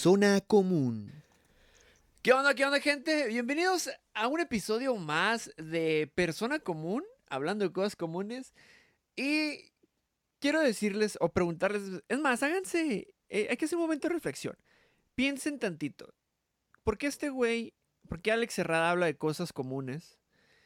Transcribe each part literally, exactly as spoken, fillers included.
Persona Común. ¿Qué onda, qué onda, gente? Bienvenidos a un episodio más de Persona Común, hablando de cosas comunes. Y quiero decirles o preguntarles, es más, háganse, eh, hay que hacer un momento de reflexión. Piensen tantito, ¿por qué este güey, por qué Alex Herrada habla de cosas comunes?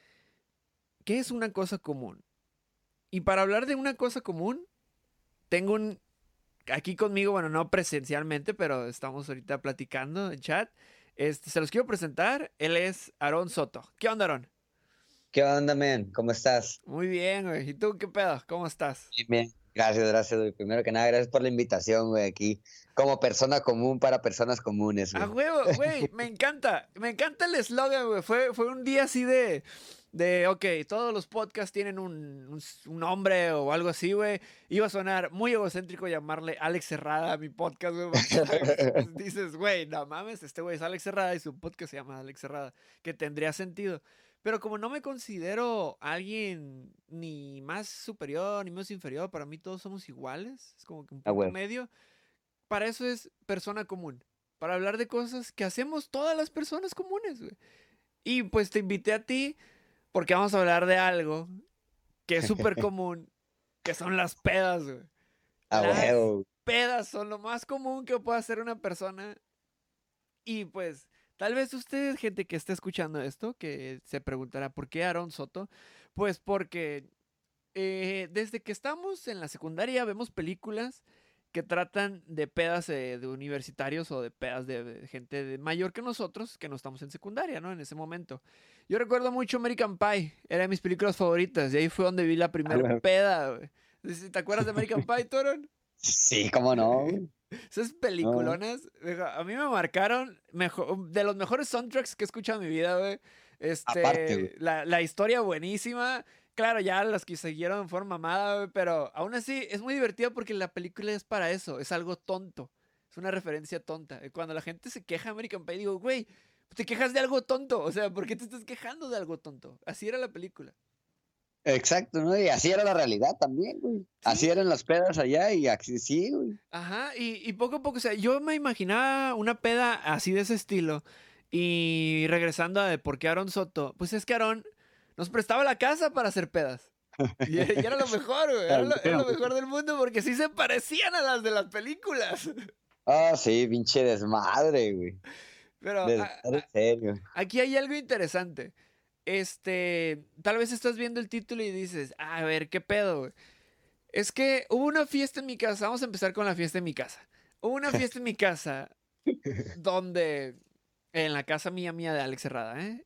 ¿Qué es una cosa común? Y para hablar de una cosa común, tengo un, aquí conmigo, bueno, no presencialmente, pero estamos ahorita platicando en chat. Este, se los quiero presentar. Él es Aarón Soto. ¿Qué onda, Aarón? ¿Qué onda, men? ¿Cómo estás? Muy bien, güey. ¿Y tú qué pedo? ¿Cómo estás? Bien, bien. Gracias, gracias, güey. Primero que nada, gracias por la invitación, güey, aquí. Como persona común para personas comunes, Ah, güey. huevo, güey, me encanta. Me encanta el eslogan, güey. Fue, fue un día así de, de, ok, todos los podcasts tienen un, un, un nombre o algo así, güey. Iba a sonar muy egocéntrico llamarle Alex Herrada a mi podcast, güey. Porque dices, güey, no mames, este güey es Alex Herrada y su podcast se llama Alex Herrada, que tendría sentido. Pero como no me considero alguien ni más superior ni más inferior, para mí todos somos iguales, es como que un Ah, punto güey. medio. Para eso es persona común, para hablar de cosas que hacemos todas las personas comunes, güey. Y pues te invité a ti porque vamos a hablar de algo que es súper común, que son las pedas, güey. Ah, Las güey. pedas son lo más común que puede hacer una persona. Y pues, tal vez usted, gente que esté escuchando esto, que se preguntará, ¿por qué Aarón Soto? Pues porque eh, desde que estamos en la secundaria vemos películas que tratan de pedas eh, de universitarios o de pedas de, de gente de mayor que nosotros, que no estamos en secundaria, ¿no? En ese momento. Yo recuerdo mucho American Pie, era de mis películas favoritas, y ahí fue donde vi la Ah, primer güey. peda, güey. ¿Te acuerdas de American Pie, Toron? Sí, cómo no, güey. Esas No. peliculonas, a mí me marcaron mejor, de los mejores soundtracks que he escuchado en mi vida, güey. Aparte, güey. Este, la, la historia buenísima. Claro, ya las que siguieron fueron mamada, güey, pero aún así es muy divertido porque la película es para eso, es algo tonto. Es una referencia tonta. Cuando la gente se queja de American Pie, digo, güey, te quejas de algo tonto. O sea, ¿por qué te estás quejando de algo tonto? Así era la película. Exacto, ¿no? Y así era la realidad también, güey. Así Sí. eran las pedas allá y así, sí, güey. Ajá, y, y poco a poco, o sea, yo me imaginaba una peda así de ese estilo. Y regresando a de por qué Aarón Soto, pues es que Aarón nos prestaba la casa para hacer pedas. Y, y era lo mejor, güey, era lo, era lo mejor del mundo porque sí se parecían a las de las películas. Ah, sí, pinche desmadre, güey. Pero a- Desmadre a- serio. aquí hay algo interesante. Este, tal vez estás viendo el título y dices, a ver, ¿qué pedo, güey? Es que hubo una fiesta en mi casa, vamos a empezar con la fiesta en mi casa. Hubo una fiesta en mi casa donde, en la casa mía, mía de Alex Herrada, ¿eh?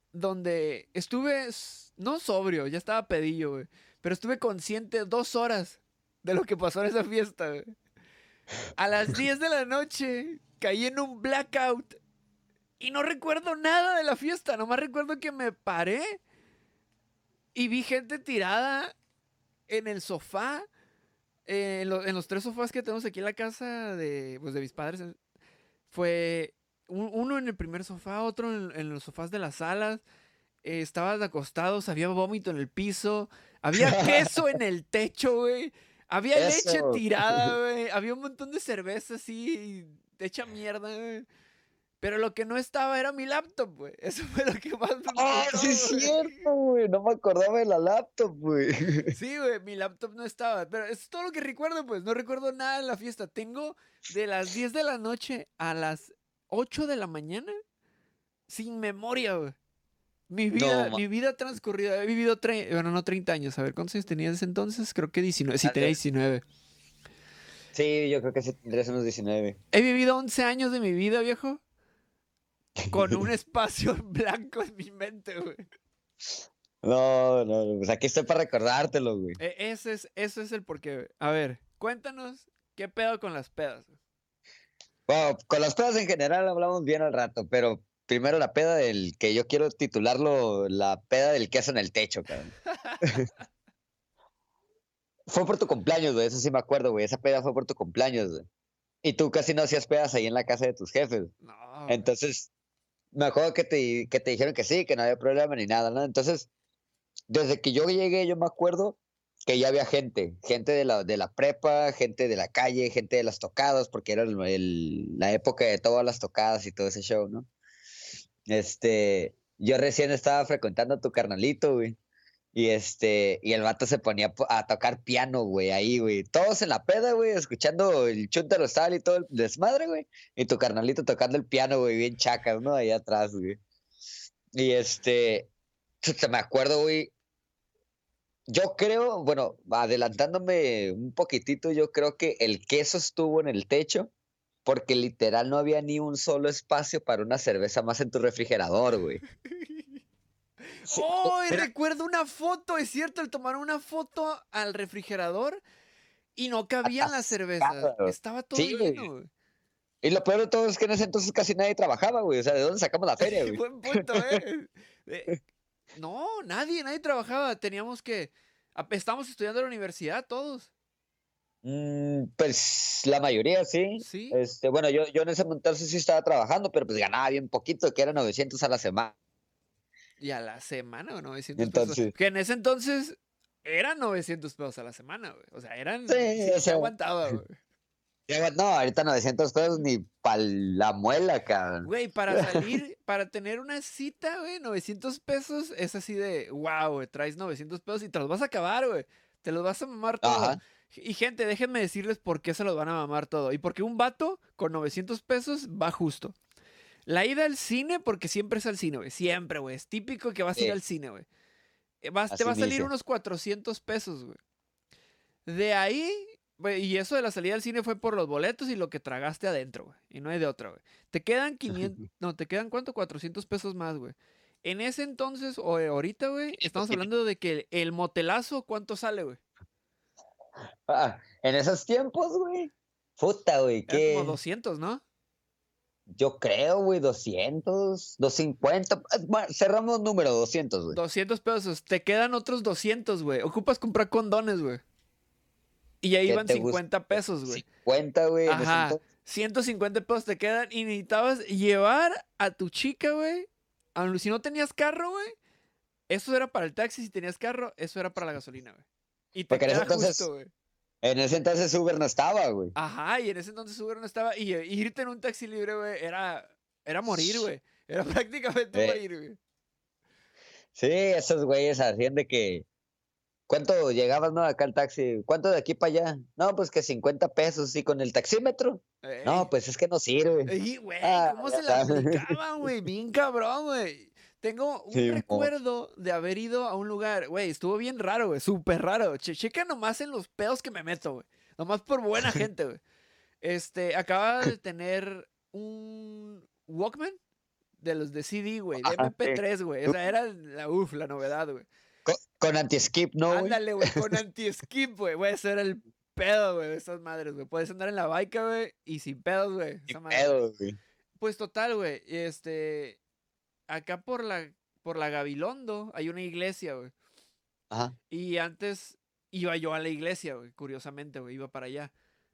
Donde estuve, s- no sobrio, ya estaba pedillo, güey. Pero estuve consciente dos horas de lo que pasó en esa fiesta, güey. A las diez de la noche caí en un blackout y no recuerdo nada de la fiesta. Nomás recuerdo que me paré y vi gente tirada en el sofá. eh, en, lo- en los tres sofás que tenemos aquí en la casa de, pues, de mis padres. eh, Fue un- uno en el primer sofá, otro en, en los sofás de las salas. eh, estaban acostados, había vómito en el piso, había queso en el techo, güey. Había leche Eso. tirada, güey. Había un montón de cerveza así, hecha mierda, güey. Pero lo que no estaba era mi laptop, güey. Eso fue lo que más me Ah, emputó, sí es güey. cierto, güey. No me acordaba de la laptop, güey. Sí, güey, mi laptop no estaba. Pero eso es todo lo que recuerdo, pues. No recuerdo nada de la fiesta. Tengo de las diez de la noche a las ocho de la mañana sin memoria, güey. Mi No, vida, ma- mi vida transcurrida. He vivido, tre- bueno, no treinta años. A ver, ¿cuántos años tenía en ese entonces? Creo que diecinueve. Sí, tenía diecinueve. Sí, yo creo que sí tendrías unos diecinueve. He vivido once años de mi vida, viejo, con un espacio en blanco en mi mente, güey. No, no, no, pues aquí estoy para recordártelo, güey. E- ese es, eso es el porqué, güey. A ver, cuéntanos qué pedo con las pedas, güey. Bueno, con las pedas en general hablamos bien al rato, pero primero la peda del que yo quiero titularlo, la peda del queso en el techo, cabrón. Fue por tu cumpleaños, güey, eso sí me acuerdo, güey. Esa peda fue por tu cumpleaños, güey. Y tú casi no hacías pedas ahí en la casa de tus jefes. No, güey. Entonces, me acuerdo que te, que te dijeron que sí, que no había problema ni nada, ¿no? Entonces, desde que yo llegué, yo me acuerdo que ya había gente, gente de la, de la prepa, gente de la calle, gente de las tocadas, porque era el- el- la época de todas las tocadas y todo ese show, ¿no? Este, yo recién estaba frecuentando a tu carnalito, güey. Y este, y el vato se ponía po- a tocar piano, güey, ahí, güey. Todos en la peda, güey, escuchando el Chuntaro Style y todo el desmadre, güey. Y tu carnalito tocando el piano, güey, bien chacas, ¿no? Ahí atrás, güey. Y este, chuta, me acuerdo, güey. Yo creo, bueno, adelantándome un poquitito, yo creo que el queso estuvo en el techo porque literal no había ni un solo espacio para una cerveza más en tu refrigerador, güey. Sí, ¡Oh! Y era recuerdo una foto, es cierto, el tomar una foto al refrigerador y no cabían las cervezas. atascada, güey. Estaba todo Sí, lleno, güey. güey. Y lo peor de todo es que en ese entonces casi nadie trabajaba, güey. O sea, ¿de dónde sacamos la feria, güey? Buen punto, ¿eh? Eh, No, nadie, nadie trabajaba. Teníamos que. ap- Estábamos estudiando en la universidad todos. Mm, pues la mayoría sí. Sí. Este, bueno, yo, yo en ese entonces sí estaba trabajando, pero pues ganaba bien poquito, que era novecientos a la semana. Y a la semana, o novecientos pesos. Entonces, Que en ese entonces eran novecientos pesos a la semana, güey. O sea, eran. sí, Sí, o se sea, aguantaba, güey. ya, no, ahorita novecientos pesos ni para la muela, cabrón. Güey, para salir, para tener una cita, güey, novecientos pesos es así de, wow, güey, traes novecientos pesos y te los vas a acabar, güey. Te los vas a mamar todo. Ajá. Y gente, déjenme decirles por qué se los van a mamar todo. Y porque un vato con novecientos pesos va justo. La ida al cine, porque siempre es al cine, güey. Siempre, güey. Es típico que vas a ir Sí, al cine, güey. Eh, vas- te así va a salir inicia. unos cuatrocientos pesos, güey. De ahí, güey, y eso de la salida al cine fue por los boletos y lo que tragaste adentro, güey. Y no hay de otra, güey. Te quedan quinientos, no, te quedan ¿cuánto? cuatrocientos pesos más, güey. En ese entonces, o eh, ahorita, güey, estamos hablando de que el motelazo, ¿cuánto sale, güey? Ah, en esos tiempos, güey. Puta, güey, Eran como qué. doscientos, ¿no? Yo creo, güey, doscientos, doscientos cincuenta. Eh, Bueno, cerramos número doscientos, güey. doscientos pesos. Te quedan otros doscientos, güey. Ocupas comprar condones, güey. Y ahí ¿Qué iban te gusta? cincuenta pesos, güey. cincuenta, güey, en ese Ajá. entonces. ciento cincuenta pesos te quedan y necesitabas llevar a tu chica, güey. aun- Si no tenías carro, güey. Eso era para el taxi. Si tenías carro, eso era para la gasolina, güey. Y te Porque en ese queda entonces, justo, güey. en ese entonces Uber no estaba, güey. Ajá, y en ese entonces Uber no estaba. Y, eh, irte en un taxi libre, güey, era, era morir, güey. Era prácticamente Eh, morir, güey. sí, esos güeyes hacían de que. ¿Cuánto llegabas, no? Acá el taxi. ¿Cuánto de aquí para allá? No, pues que cincuenta pesos. ¿Y con el taxímetro? No, Ey, pues es que no sirve. ey, güey, Ah, ¿cómo ya se la sabes. aplicaban, güey? Bien cabrón, güey. Tengo un Sí, mo. recuerdo de haber ido a un lugar, güey, estuvo bien raro, güey, súper raro. Che- checa nomás en los pedos que me meto, güey. Nomás por buena gente, güey. Este, acaba de tener un Walkman de los de C D, güey, de Ajá, sí. M P tres, güey. O sea, era la, uf, la novedad, güey. Con, con anti-skip, ¿no, güey? Ándale, güey, con anti-skip, güey. Güey, ese era el pedo, güey, de esas madres, güey. Puedes andar en la baica, güey, y sin pedos, güey. Ni Esa madre. pedo, güey. Pues total, güey. Este, acá por la, por la Gabilondo hay una iglesia, güey. Ajá. Y antes iba yo a la iglesia, güey, curiosamente, güey, iba para allá.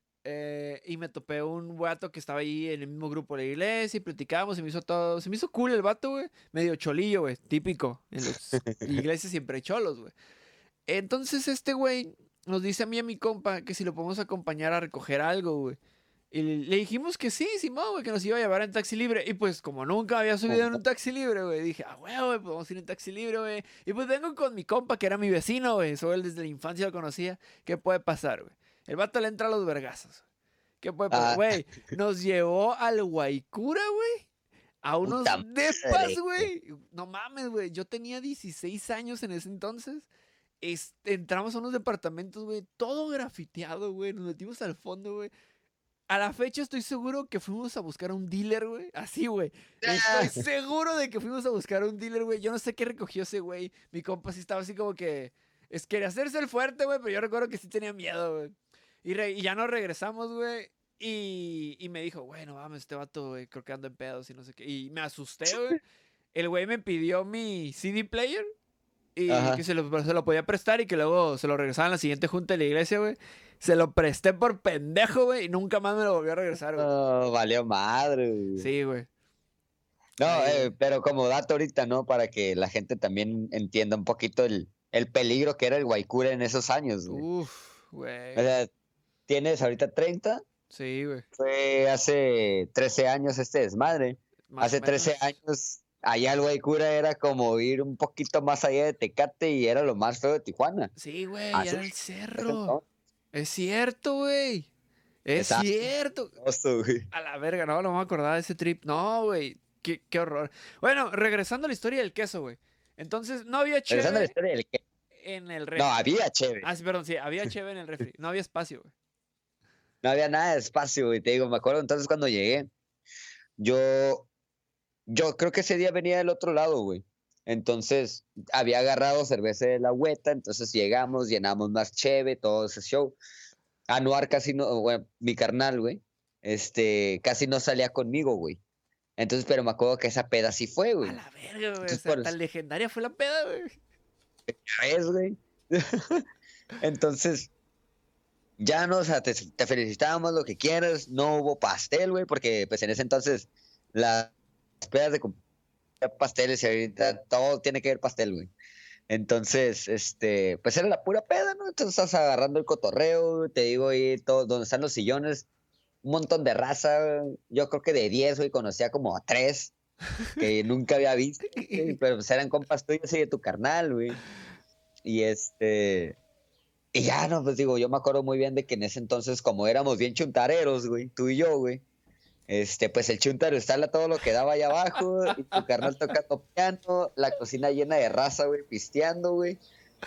Eh, y me topé un vato que estaba ahí en el mismo grupo de la iglesia y platicábamos y me hizo todo, se me hizo cool el vato, güey, medio cholillo, güey, típico, en las iglesias siempre hay cholos, güey. Entonces este güey nos dice a mí y a mi compa que si lo podemos acompañar a recoger algo, güey. Y le le dijimos que sí, Simón, güey, que nos iba a llevar en taxi libre. Y pues, como nunca había subido en un taxi libre, güey, dije, ah, güey, güey, pues vamos a ir en taxi libre, güey. Y pues vengo con mi compa, que era mi vecino, güey. Soy él desde la infancia lo conocía. ¿Qué puede pasar, güey? El vato le entra a los vergazos. ¿Qué puede pasar? Ah, Güey, nos llevó al Guaycura, güey. A unos puta depas, madre. güey. No mames, güey. Yo tenía dieciséis años en ese entonces. Este, entramos a unos departamentos, güey. Todo grafiteado, güey. Nos metimos al fondo, güey. A la fecha estoy seguro que fuimos a buscar a un dealer, güey. Así, güey. Estoy seguro de que fuimos a buscar a un dealer, güey. Yo no sé qué recogió ese güey. Mi compa sí estaba así como que... Es quería hacerse el fuerte, güey, pero yo recuerdo que sí tenía miedo, güey. Y, re- y ya nos regresamos, güey. Y, y me dijo, güey, no mames, este vato, güey, creo que ando en pedos y no sé qué. Y me asusté, güey. El güey me pidió mi C D player y Ajá. que se lo, se lo podía prestar y que luego se lo regresaba en la siguiente junta de la iglesia, güey. Se lo presté por pendejo, güey, y nunca más me lo volvió a regresar, güey. No, valió madre, güey. Sí, güey. No, Ahí, eh, güey. pero como dato ahorita, ¿no? Para que la gente también entienda un poquito el, el peligro que era el Guaycura en esos años, güey. Uf, güey. O sea, tienes ahorita treinta. Sí, güey. Fue hace trece años este desmadre. Más Hace o trece menos. años, allá el Guaycura era como ir un poquito más allá de Tecate y era lo más feo de Tijuana. Sí, güey, Así, era el ese cerro. entonces, Es cierto, güey. Es Estaba cierto. hermoso, güey. A la verga, no, no me acordaba de ese trip. No, güey. Qué, qué horror. Bueno, regresando a la historia del queso, güey. Entonces, no había Regresando a la cheve historia del que. en el refri. No, había chévere. Ah, sí, perdón, sí, había cheve en el refri. No había espacio, güey. No había nada de espacio, güey. Te digo, me acuerdo entonces cuando llegué. Yo, yo creo que ese día venía del otro lado, güey. Entonces, había agarrado cerveza de la hueta. Entonces llegamos, llenamos más cheve, todo ese show. Anuar casi no, bueno, mi carnal, güey. Este, casi no salía conmigo, güey. Entonces, pero me acuerdo que esa peda sí fue, A güey. la verga, güey. O Entonces, sea, por tan legendaria fue la peda, güey. ya ves, güey. Entonces, ya no, o sea, te, te felicitábamos, lo que quieras. No hubo pastel, güey, porque pues en ese entonces las pedas de cum- pasteles y ahorita todo tiene que ver pastel, güey. Entonces, este, pues era la pura peda, ¿no? Entonces estás agarrando el cotorreo, güey, te digo, ahí todo, donde están los sillones, un montón de raza, güey. Yo creo que de diez, güey, conocía como a tres que nunca había visto, güey, pero pues eran compas tuyos y de tu carnal, güey. Y este, y ya, no, pues digo, yo me acuerdo muy bien de que en ese entonces, como éramos bien chuntareros, güey, tú y yo, güey, este, pues el chuntaro instala todo lo que daba allá abajo, y tu carnal tocando piano, la cocina llena de raza, güey, pisteando, güey.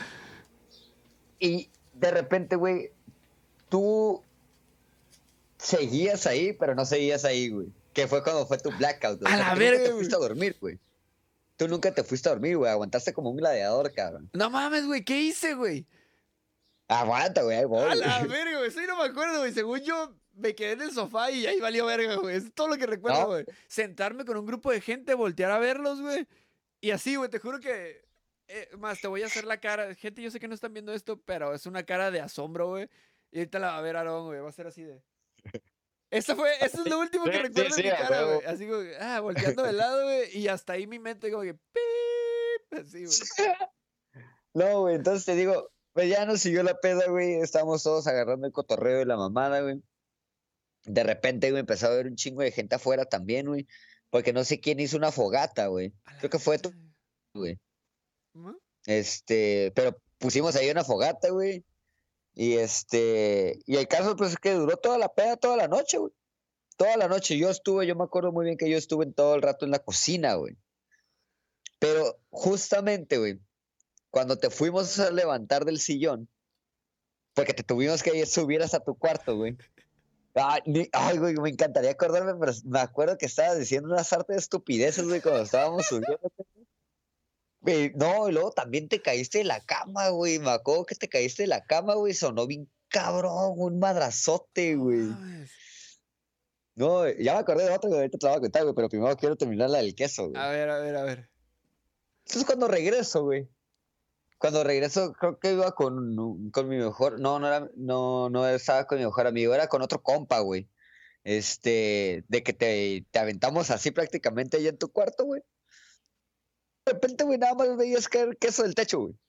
Y de repente, güey, tú seguías ahí, pero no seguías ahí, güey. Que fue cuando fue tu blackout, güey. A O sea, la porque nunca verga, te güey. fuiste a dormir, güey. Tú nunca te fuiste a dormir, güey. Aguantaste como un gladiador, cabrón. No mames, güey, ¿qué hice, güey? Aguanta, güey, ahí A voy, la güey. verga, güey. Eso yo no me acuerdo, güey. Según yo, me quedé en el sofá y ahí valió verga, güey. Es todo lo que recuerdo, No, güey. Sentarme con un grupo de gente, voltear a verlos, güey. Y así, güey, te juro que. eh, más, te voy a hacer la cara. Gente, yo sé que no están viendo esto, pero es una cara de asombro, güey. Y ahorita la va a ver Aarón, güey. Va a ser así de. Esa fue, eso es lo último que sí, recuerdo sí, de mi a cara, huevo. güey. Así como, que, ah, volteando de lado, güey. Y hasta ahí mi mente, como que. ¡Pip! Así, güey. No, güey, entonces te digo, pues ya nos siguió la peda, güey. Estábamos todos agarrando el cotorreo y la mamada, güey. De repente, güey, empezó a haber un chingo de gente afuera también, güey. Porque no sé quién hizo una fogata, güey. A la Creo que fue tú, verga. güey. ¿Mm? Este, pero pusimos ahí una fogata, güey. Y este, y el caso, pues, es que duró toda la peda, toda la noche, güey. Toda la noche. Yo estuve, yo me acuerdo muy bien que yo estuve en todo el rato en la cocina, güey. Pero justamente, güey, cuando te fuimos a levantar del sillón, porque te tuvimos que subir hasta tu cuarto, güey. Ay, ni- ay, güey, me encantaría acordarme, pero me acuerdo que estabas diciendo una sarta de estupideces, güey, cuando estábamos subiendo. Güey, no, y luego también te caíste de la cama, güey. Me acuerdo que te caíste de la cama, güey. Sonó bien cabrón, un madrazote, No güey. mames. No, ya me acordé de otra que ahorita te la voy a contar, güey, pero primero quiero terminar la del queso, güey. A ver, a ver, a ver. Entonces cuando regreso, güey. Cuando regreso, creo que iba con, un- con mi mejor. No, no era, no, no estaba con mi mejor amigo, era con otro compa, güey. Este, de que te, te aventamos así prácticamente allá en tu cuarto, güey. De repente, güey, nada más veías caer queso del techo, güey.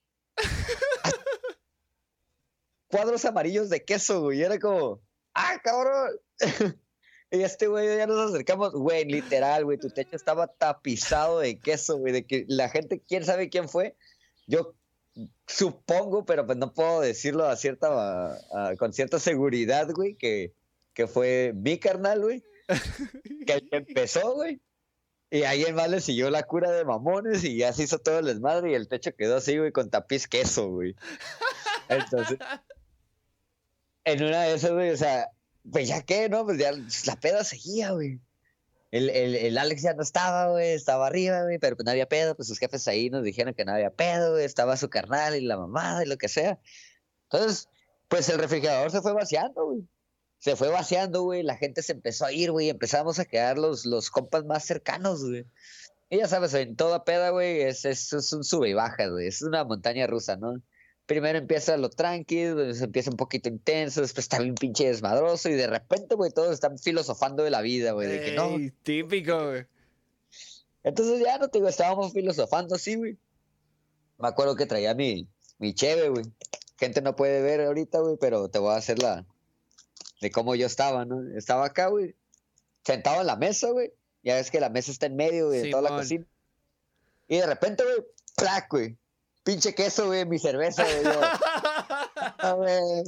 Cuadros amarillos de queso, güey. Y era como, ¡ah, cabrón! Y este güey ya nos acercamos, güey, literal, güey, tu techo estaba tapizado de queso, güey, de que la gente, quién sabe quién fue. Yo supongo, pero pues no puedo decirlo a cierta, a- a- con cierta seguridad, güey, que, que fue mi carnal, güey, que el que empezó, güey. Y ahí en más le siguió la cura de mamones y ya se hizo todo el desmadre y el techo quedó así, güey, con tapiz queso, güey. Entonces, en una de esas, güey, o sea, pues ya qué, ¿no? Pues ya la peda seguía, güey. El, el, el Alex ya no estaba, güey, estaba arriba, güey, pero pues no había pedo, pues sus jefes ahí nos dijeron que no había pedo, güey, estaba su carnal y la mamada y lo que sea. Entonces, pues el refrigerador se fue vaciando, güey. Se fue vaciando, güey, la gente se empezó a ir, güey, empezamos a quedar los, los compas más cercanos, güey. Y ya sabes, en toda peda, güey, es, es, es un sube y baja, güey, es una montaña rusa, ¿no? Primero empieza lo tranqui, güey, se empieza un poquito intenso, después está bien pinche desmadroso y de repente, güey, todos están filosofando de la vida, güey, de que no. Ey, típico, güey. Entonces ya no te digo, estábamos filosofando así, güey. Me acuerdo que traía mi, mi cheve, güey. Gente no puede ver ahorita, güey, pero te voy a hacer la de cómo yo estaba, ¿no? Estaba acá, güey, sentado en la mesa, güey. Ya ves que la mesa está en medio, güey, de toda la Simón. cocina. Y de repente, güey, ¡plac, güey! Pinche queso, güey, mi cerveza, güey. Yo, "Ah, güey".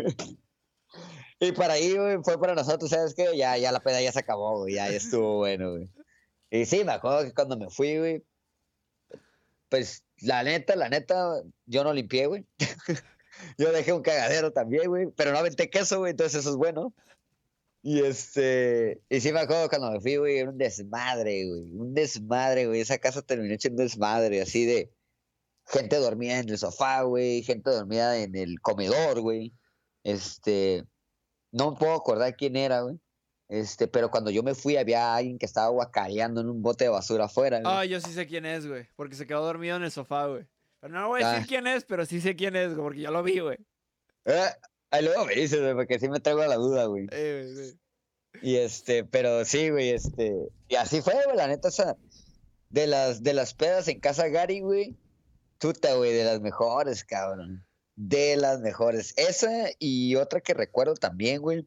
Y para ahí, güey, fue para nosotros, ¿sabes qué? Ya, ya la peda ya se acabó, güey, ya, ya estuvo bueno, güey. Y sí, me acuerdo que cuando me fui, güey, pues la neta, la neta, yo no limpié, güey. Yo dejé un cagadero también, güey, pero no aventé queso, güey, entonces eso es bueno. Y este, y sí me acuerdo cuando me fui, güey, era un desmadre, güey, un desmadre, güey. Esa casa terminó hecho un desmadre, así de gente dormida en el sofá, güey, gente dormida en el comedor, güey. Este, no me puedo acordar quién era, güey. Este, pero cuando yo me fui había alguien que estaba guacareando en un bote de basura afuera, güey. Ah, yo sí sé quién es, güey. Porque se quedó dormido en el sofá, güey. Pero no voy a Ah, decir quién es, pero sí sé quién es, güey, porque ya lo vi, güey. eh, ahí luego me dices, güey, porque sí me traigo la duda, güey. Eh, güey, sí. Y este, pero sí, güey, este, y así fue, güey, la neta, esa, de las, de las pedas en casa Gary, güey, tuta, güey, de las mejores, cabrón, de las mejores. Esa y otra que recuerdo también, güey,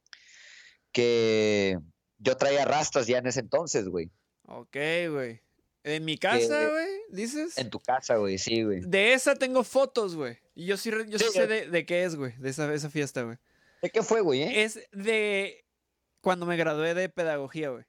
que yo traía rastas ya en ese entonces, güey, Ok, güey. En mi casa, que güey, dices. en tu casa, güey, sí, güey. De esa tengo fotos, güey. Y yo sí, re- yo Sí, sí sé de, de qué es, güey. De esa, esa fiesta, güey. ¿de qué fue, güey, eh? Es de cuando me gradué de pedagogía, güey.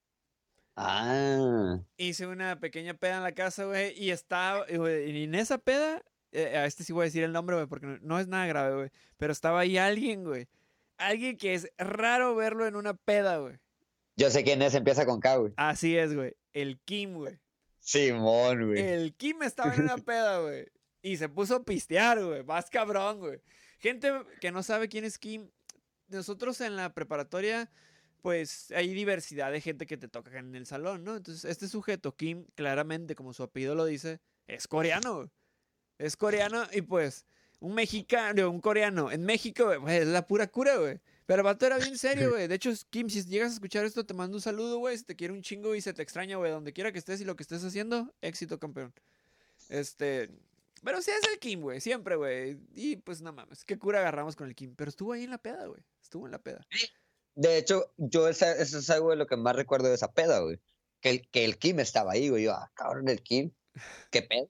Ah, Hice una pequeña peda en la casa, güey. Y estaba, y, güey, y en esa peda, eh, a este sí voy a decir el nombre, güey, porque no, no es nada grave, güey. Pero estaba ahí alguien, güey. Alguien que es raro verlo en una peda, güey. yo sé quién es, empieza con K, güey. Así es, güey. El Kim, güey. Simón, güey. El Kim estaba en una peda, güey. Y se puso a pistear, güey. Más cabrón, güey. Gente que no sabe quién es Kim. Nosotros en la preparatoria, pues hay diversidad de gente que te toca en el salón, ¿no? Entonces, este sujeto, Kim, claramente, como su apellido lo dice, es coreano, güey. Es coreano y pues un mexicano, un coreano en México, güey, pues, es la pura cura, güey. Pero el vato era bien serio, güey. De hecho, Kim, si llegas a escuchar esto, te mando un saludo, güey. Si te quiere un chingo y se te extraña, güey. Donde quiera que estés y lo que estés haciendo, éxito, campeón. Este. Pero sí es el Kim, güey. Siempre, güey. Y pues no mames. Qué cura agarramos con el Kim. Pero estuvo ahí en la peda, güey. Estuvo en la peda. De hecho, yo esa, eso es algo de lo que más recuerdo de esa peda, güey. Que el, que el Kim estaba ahí, güey. Yo, ah, cabrón, el Kim. ¿Qué pedo?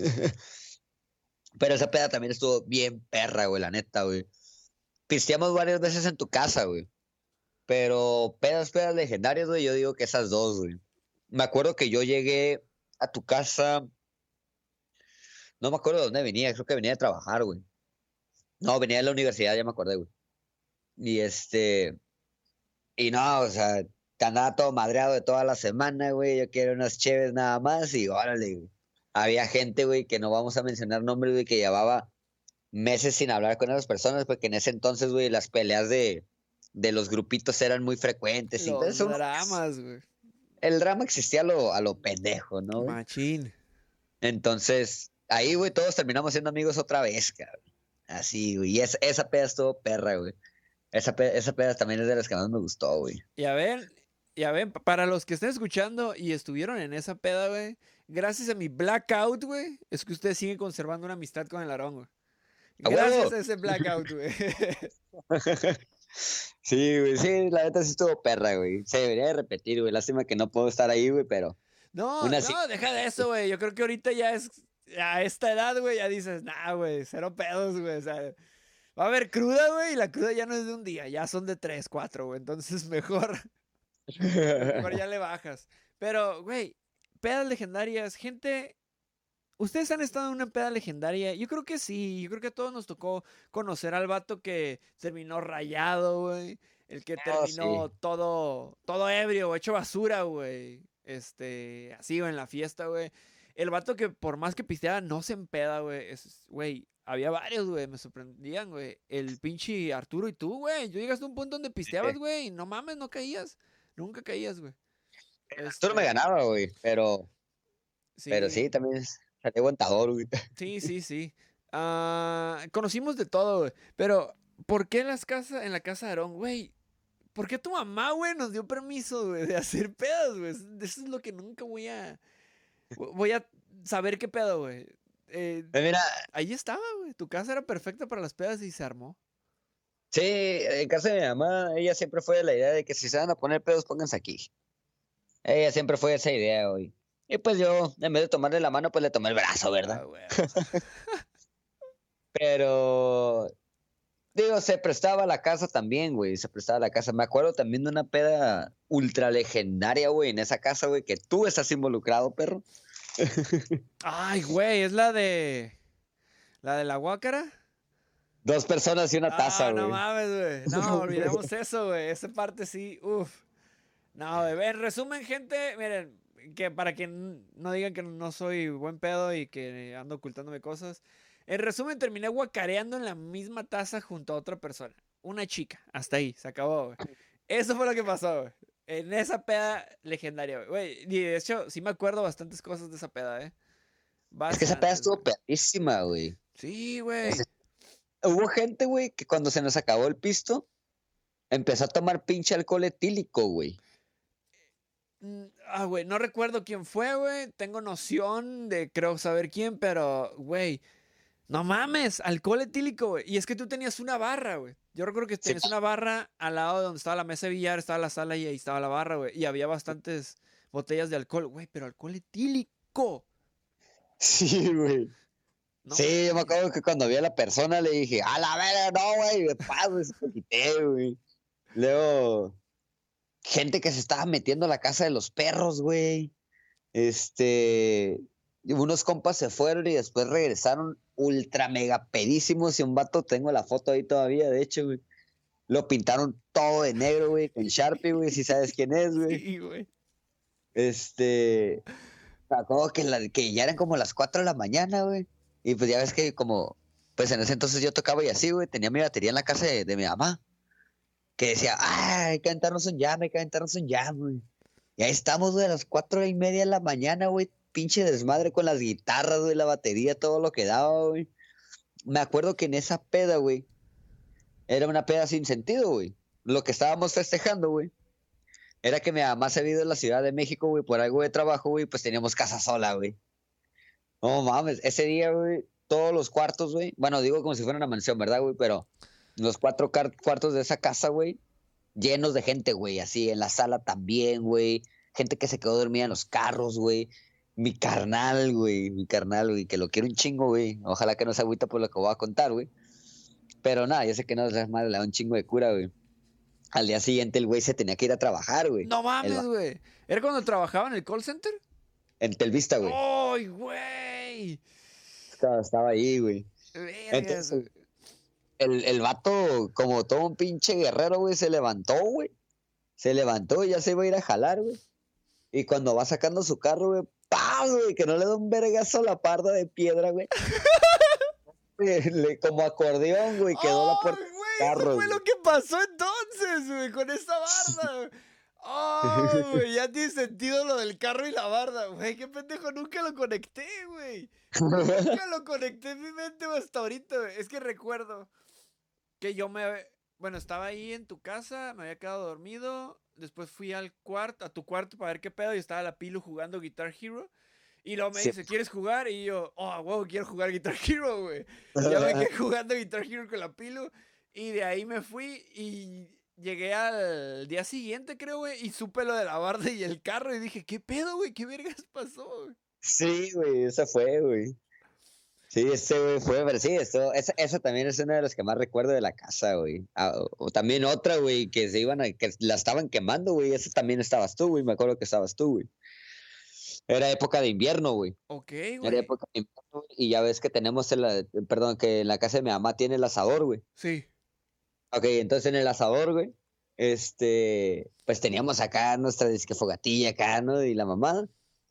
Pero esa peda también estuvo bien perra, güey, la neta, güey. Pisteamos varias veces en tu casa, güey. Pero pedas, pedas legendarias, güey, yo digo que esas dos, güey. Me acuerdo que yo llegué a tu casa, no me acuerdo de dónde venía, creo que venía de trabajar, güey. No, venía de la universidad, ya me acordé, güey. Y este, y no, o sea, te andaba todo madreado de toda la semana, güey. Yo quiero unas cheves nada más y órale, güey. Había gente, güey, que no vamos a mencionar nombres, güey, que llevaba meses sin hablar con esas personas, porque en ese entonces, güey, las peleas de, de los grupitos eran muy frecuentes. Y Los entonces uno, dramas, güey. el drama existía a lo, a lo pendejo, ¿no, güey? Machín. Entonces, ahí, güey, todos terminamos siendo amigos otra vez, cabrón. Así, güey. Y es, esa peda estuvo perra, güey. Esa, pe- esa peda también es de las que más me gustó, güey. Y a ver, y a ver, para los que estén escuchando y estuvieron en esa peda, güey. Gracias a mi blackout, güey. Es que usted sigue conservando una amistad con el Aarón, güey. ¡A Gracias huevo! a ese blackout, güey. Sí, güey, sí, la neta sí estuvo perra, güey. Se debería de repetir, güey. Lástima que no puedo estar ahí, güey, pero No, una sí. no, deja de eso, güey. Yo creo que ahorita ya es. A esta edad, güey, ya dices, nah, güey, cero pedos, güey. O sea, va a haber cruda, güey, y la cruda ya no es de un día, ya son de tres, cuatro, güey. Entonces mejor, mejor ya le bajas. Pero, güey, pedas legendarias, gente. ¿Ustedes han estado en una peda legendaria? Yo creo que sí. Yo creo que a todos nos tocó conocer al vato que terminó rayado, güey. El que Oh, sí. terminó todo, todo ebrio, hecho basura, güey. Este, así, güey, en la fiesta, güey. El vato que por más que pisteaba no se empeda, güey. Es, güey, había varios, güey, me sorprendían, güey. El pinche Arturo y tú, güey. Yo llegaste a un punto donde pisteabas, güey. Y no mames, no caías. Nunca caías, güey. Tú no me Este, ganaba, güey, pero, pero sí. sí, también es salí aguantador, güey. Sí, sí, sí. Ah, conocimos de todo, güey. Pero, ¿por qué en las casas, en la casa de Aarón, güey? ¿Por qué tu mamá, güey, nos dio permiso, güey, de hacer pedos, güey? Eso es lo que nunca voy a. Voy a saber qué pedo, güey. eh, Pues mira, ahí estaba, güey. Tu casa era perfecta para las pedas y se armó. sí, en casa de mi mamá, ella siempre fue de la idea de que si se van a poner pedos, pónganse aquí. Ella siempre fue esa idea, güey. Y pues yo, en vez de tomarle la mano, pues le tomé el brazo, ¿verdad? Ah, güey. Pero, digo, se prestaba la casa también, güey. Se prestaba la casa. Me acuerdo también de una peda ultra legendaria, güey, en esa casa, güey, que tú estás involucrado, perro. Ay, güey, es la de. ¿La de la guácara? Dos personas y una taza, Ah, güey. no mames, güey. No, olvidemos eso, güey. Esa parte sí, uff. No, güey. En resumen, gente, miren, que para que n- no digan que no soy buen pedo y que ando ocultándome cosas. En resumen, terminé guacareando en la misma taza junto a otra persona. Una chica. Hasta ahí, se acabó, güey. Eso fue lo que pasó, güey. En esa peda legendaria, güey. Güey, y de hecho, sí me acuerdo bastantes cosas de esa peda, ¿eh? Es que esa peda Bastantes, estuvo güey. perrísima, güey. Sí, Ese- güey. Hubo gente, güey, que cuando se nos acabó el pisto, empezó a tomar pinche alcohol etílico, güey. Mm, Ah, güey, no recuerdo quién fue, güey. Tengo noción de creo saber quién, pero, güey, no mames, alcohol etílico, güey. Y es que tú tenías una barra, güey. Yo recuerdo que Sí, tenías una barra al lado de donde estaba la mesa de billar, estaba la sala y ahí estaba la barra, güey. Y había bastantes botellas de alcohol, güey, pero alcohol etílico. sí, güey. No Sí, yo me mames. acuerdo que cuando vi a la persona le dije, a la verga, no, güey, de paz, güey, se lo quité, güey. Luego, gente que se estaba metiendo a la casa de los perros, güey. Este, y unos compas se fueron y después regresaron ultra mega pedísimos y un vato, tengo la foto ahí todavía, de hecho, güey. Lo pintaron todo de negro, güey, con Sharpie, güey, si sabes quién es, güey. Sí, güey. Este, me acuerdo que, la, que ya eran como las cuatro de la mañana, güey. Y pues ya ves que como, pues en ese entonces yo tocaba y así, güey, tenía mi batería en la casa de, de mi mamá, que decía, ay, hay que aventarnos un jam, hay que aventarnos un jam, güey. Y ahí estamos, güey, a las cuatro y media de la mañana, güey, pinche desmadre con las guitarras, güey, la batería, todo lo que daba, güey. Me acuerdo que en esa peda, güey, era una peda sin sentido, güey. Lo que estábamos festejando, güey, era que mi mamá se había ido a la Ciudad de México, güey, por algo de trabajo, güey, pues teníamos casa sola, güey. No mames, ese día, güey, todos los cuartos, güey, bueno, digo como si fuera una mansión, ¿verdad, güey? Pero los cuatro car- cuartos de esa casa, güey, llenos de gente, güey, así, en la sala también, güey. Gente que se quedó dormida en los carros, güey. Mi carnal, güey, mi carnal, güey, que lo quiero un chingo, güey. Ojalá que no se agüita por lo que voy a contar, güey. Pero nada, yo sé que no es madre, le da un chingo de cura, güey. Al día siguiente el güey se tenía que ir a trabajar, güey. No El mames, va- güey. ¿Era cuando trabajaba en el call center? En Telvista, güey. ¡Ay, güey! Estaba, estaba ahí, güey. Vergas, Entonces, güey. el, el vato, como todo un pinche guerrero, güey, se levantó, güey. Se levantó y ya se iba a ir a jalar, güey. Y cuando va sacando su carro, güey, ¡pah, güey! Que no le da un vergazo a la parda de piedra, güey. Le- le- como acordeón, güey, quedó la puerta ¡Ay, del güey! Eso carro, fue güey. lo que pasó entonces, güey, con esta barda, güey. ¡Ay, güey! Ya tiene sentido lo del carro y la barda, güey. ¡Qué pendejo! Nunca lo conecté, güey. Nunca lo conecté en mi mente hasta ahorita, güey. Es que recuerdo que yo me... Bueno, estaba ahí en tu casa, me había quedado dormido. Después fui al cuarto, a tu cuarto para ver qué pedo. Y estaba la Pilu jugando Guitar Hero. Y luego me Sí. dice, ¿quieres jugar? Y yo, oh, wow, quiero jugar Guitar Hero, güey. Y yo me quedé jugando Guitar Hero con la Pilu. Y de ahí me fui y llegué al día siguiente, creo, güey. Y supe lo de la barda y el carro. Y dije, ¿qué pedo, güey? ¿Qué vergas pasó, güey? Sí, güey, esa fue, güey. Sí, ese güey fue, pero sí, esto, esa, esa también es una de las que más recuerdo de la casa, güey. Ah, o, o también otra, güey, que se iban a, que la estaban quemando, güey. Esa también estabas tú, güey. Me acuerdo que estabas tú, güey. Era época de invierno, güey. Ok, Era güey. época de invierno, güey, y ya ves que tenemos, el, eh, perdón, que en la casa de mi mamá tiene el asador, güey. Sí. Ok, entonces en el asador, güey, este, pues teníamos acá nuestra disque fogatilla acá, ¿no? Y la mamá.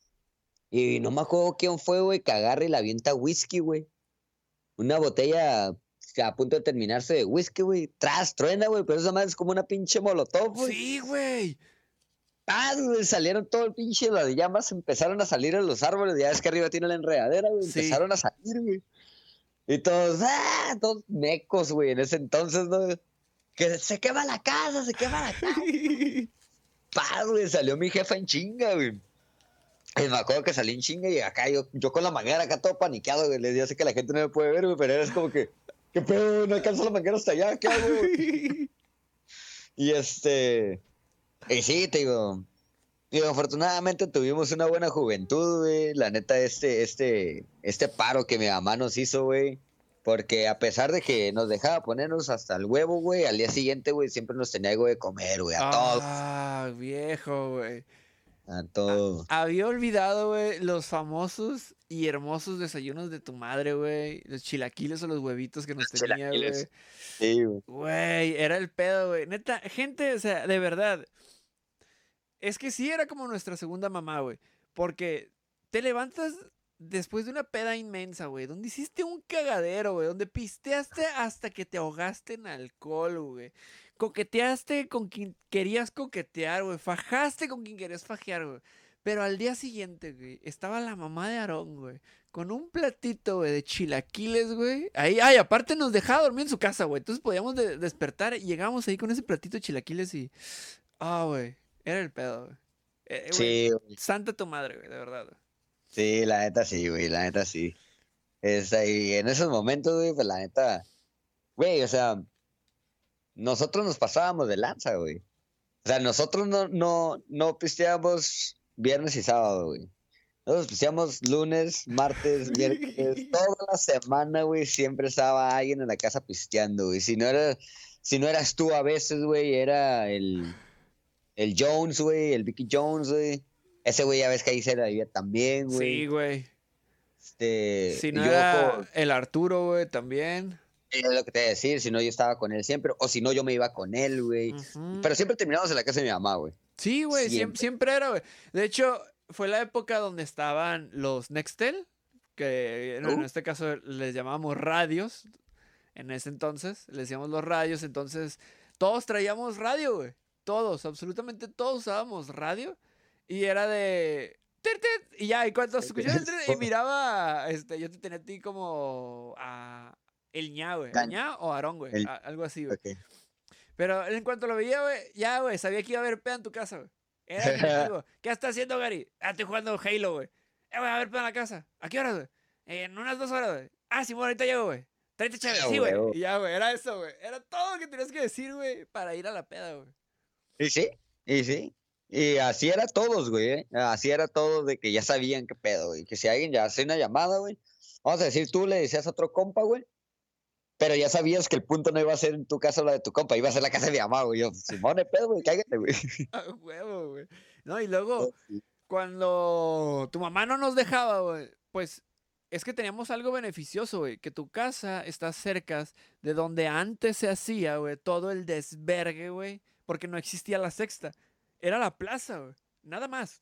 Y no me acuerdo quién fue, güey, que agarra y la avienta whisky, güey. Una botella a punto de terminarse de whisky, güey. Tras, truena, güey, pero esa madre es como una pinche molotov, güey. Sí, güey. Ah, güey, salieron todo el pinche, las llamas empezaron a salir en los árboles, ya ves que arriba tiene la enredadera, güey, Sí. empezaron a salir, güey. Y todos, ah, todos mecos, güey, en ese entonces, ¿no? Que se quema la casa, se quema la casa. Paz, güey, salió mi jefa en chinga, güey. Y me acuerdo que salí en chinga y acá yo, yo con la manguera acá todo paniqueado, güey. Les decía que la gente no me puede ver, güey, pero era como que, ¿qué pedo? No alcanzo la manguera hasta allá, ¿qué hago? Y este, y sí, te digo, digo, afortunadamente tuvimos una buena juventud, güey. La neta, este, este, este paro que mi mamá nos hizo, güey. Porque a pesar de que nos dejaba ponernos hasta el huevo, güey, al día siguiente, güey, siempre nos tenía algo de comer, güey, a todos. Ah, viejo, güey. A Ah, todo. había olvidado, güey, los famosos y hermosos desayunos de tu madre, güey. Los chilaquiles o los huevitos que nos tenía, güey. Sí, güey. Güey, era el pedo, güey. Neta, gente, o sea, de verdad. Es que sí era como nuestra segunda mamá, güey. Porque te levantas después de una peda inmensa, güey. Donde hiciste un cagadero, güey. Donde pisteaste hasta que te ahogaste en alcohol, güey. Coqueteaste con quien querías coquetear, güey. Fajaste con quien querías fajear, güey. Pero al día siguiente, güey, estaba la mamá de Aarón, güey. Con un platito, güey, de chilaquiles, güey. Ahí, ay, aparte nos dejaba dormir en su casa, güey. Entonces podíamos de- despertar y llegábamos ahí con ese platito de chilaquiles y... Ah, güey. Era el pedo, güey. Eh, güey, Sí, güey. santa tu madre, güey, de verdad, güey. Sí, la neta sí, güey, la neta sí. Es ahí, en esos momentos, güey, pues la neta, güey, o sea, nosotros nos pasábamos de lanza, güey. O sea, nosotros no, no, no pisteábamos viernes y sábado, güey. Nosotros pisteábamos lunes, martes, miércoles, toda la semana, güey, siempre estaba alguien en la casa pisteando, güey. Si no era, si no eras tú a veces, güey, era el, el Jones, güey, el Vicky Jones, güey. Ese güey ya ves que ahí se la vivía también, Sí, güey. güey. Este, Si no yo era con, el Arturo, güey, también. es lo que te voy a decir, si no yo estaba con él siempre, o si no yo me iba con él, güey. Ujú. Pero siempre terminamos en la casa de mi mamá, güey. Sí, güey, siempre, Siempre. siempre era, güey. De hecho, fue la época donde estaban los Nextel, que en en Uh, este caso les llamábamos radios. En ese entonces, les decíamos los radios. Entonces, todos traíamos radio, güey. Todos, absolutamente todos usábamos radio. Y era de... "Tit, tit", y ya, y cuando escuchaba el tren, y miraba, este, yo te tenía a ti como a el ña, güey. El Gan- ña o Aarón, güey. el- a- Algo así, güey. ok. Pero en cuanto lo veía, güey, ya, güey, sabía que iba a haber peda en tu casa, güey. Era definitivo. ¿Qué estás haciendo, Gary? Ah, estoy jugando Halo, güey. Eh, güey, a ver peda en la casa. ¿A qué horas, güey? "Eh, en unas dos horas, güey. Ah, sí, bueno, ahorita llego, güey. Tráete chévere, Ah, sí, güey. huevo. Y ya, güey, era eso, güey. Era todo lo que tenías que decir, güey, para ir a la peda, güey. Y sí, y sí. Y así era todos, güey. ¿eh? Así era todos de que ya sabían qué pedo, güey. Que si alguien ya hacía una llamada, güey. Vamos a decir, tú le decías a otro compa, güey. Pero ya sabías que el punto no iba a ser en tu casa o la de tu compa, iba a ser la casa de mi mamá, güey. Yo, Simón, de pedo, güey, cállate, güey. A huevo, güey. No, y luego, Oh, sí. cuando tu mamá no nos dejaba, güey, pues es que teníamos algo beneficioso, güey. Que tu casa está cerca de donde antes se hacía, güey, todo el desvergue, güey. Porque no existía la sexta. Era la plaza, güey. Nada más.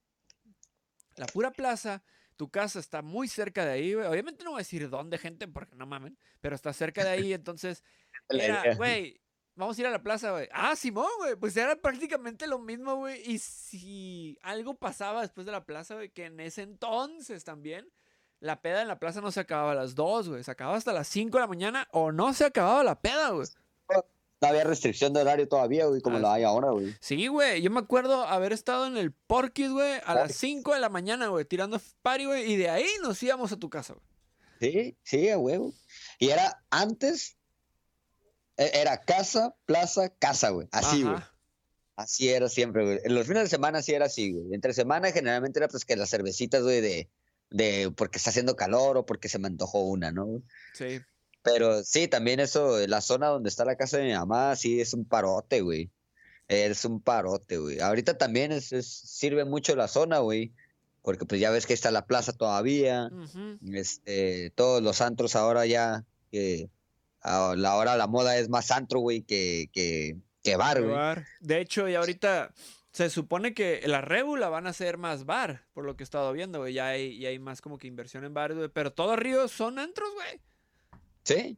La pura plaza. Tu casa está muy cerca de ahí, güey. Obviamente no voy a decir dónde, gente, porque no mamen. Pero está cerca de ahí, entonces La era, idea. güey, vamos a ir a la plaza, güey. Ah, Simón, güey. Pues era prácticamente lo mismo, güey. Y si algo pasaba después de la plaza, güey, que en ese entonces también, la peda en la plaza no se acababa a las dos, güey. Se acababa hasta las cinco de la mañana o no se acababa la peda, güey. No había restricción de horario todavía, güey, como Ah, la hay ahora, güey. sí, güey. Yo me acuerdo haber estado en el Porky's, güey, a las cinco de la mañana, güey, tirando party, güey. Y de ahí nos íbamos a tu casa, güey. Sí, sí, a huevo. Y era antes, e- era casa, plaza, casa, güey. Así, güey. Ajá. Así era siempre, güey. En los fines de semana sí era así, güey. Entre semana generalmente era pues que las cervecitas, güey, de, de porque está haciendo calor o porque se me antojó una, ¿no? Sí. Pero sí, también eso, la zona donde está la casa de mi mamá, sí es un parote, güey. Es un parote, güey. Ahorita también es, es- sirve mucho la zona, güey. Porque pues ya ves que está la plaza todavía. Ujú. Este, todos los antros ahora ya, que a la hora la moda es más antro, güey, que, que, que bar, güey. Bar. De hecho, y ahorita se supone que la Rebu la van a hacer más bar, por lo que he estado viendo, güey. Ya hay, ya hay más como que inversión en bar, güey. Pero todos Ríos son antros, güey. Sí,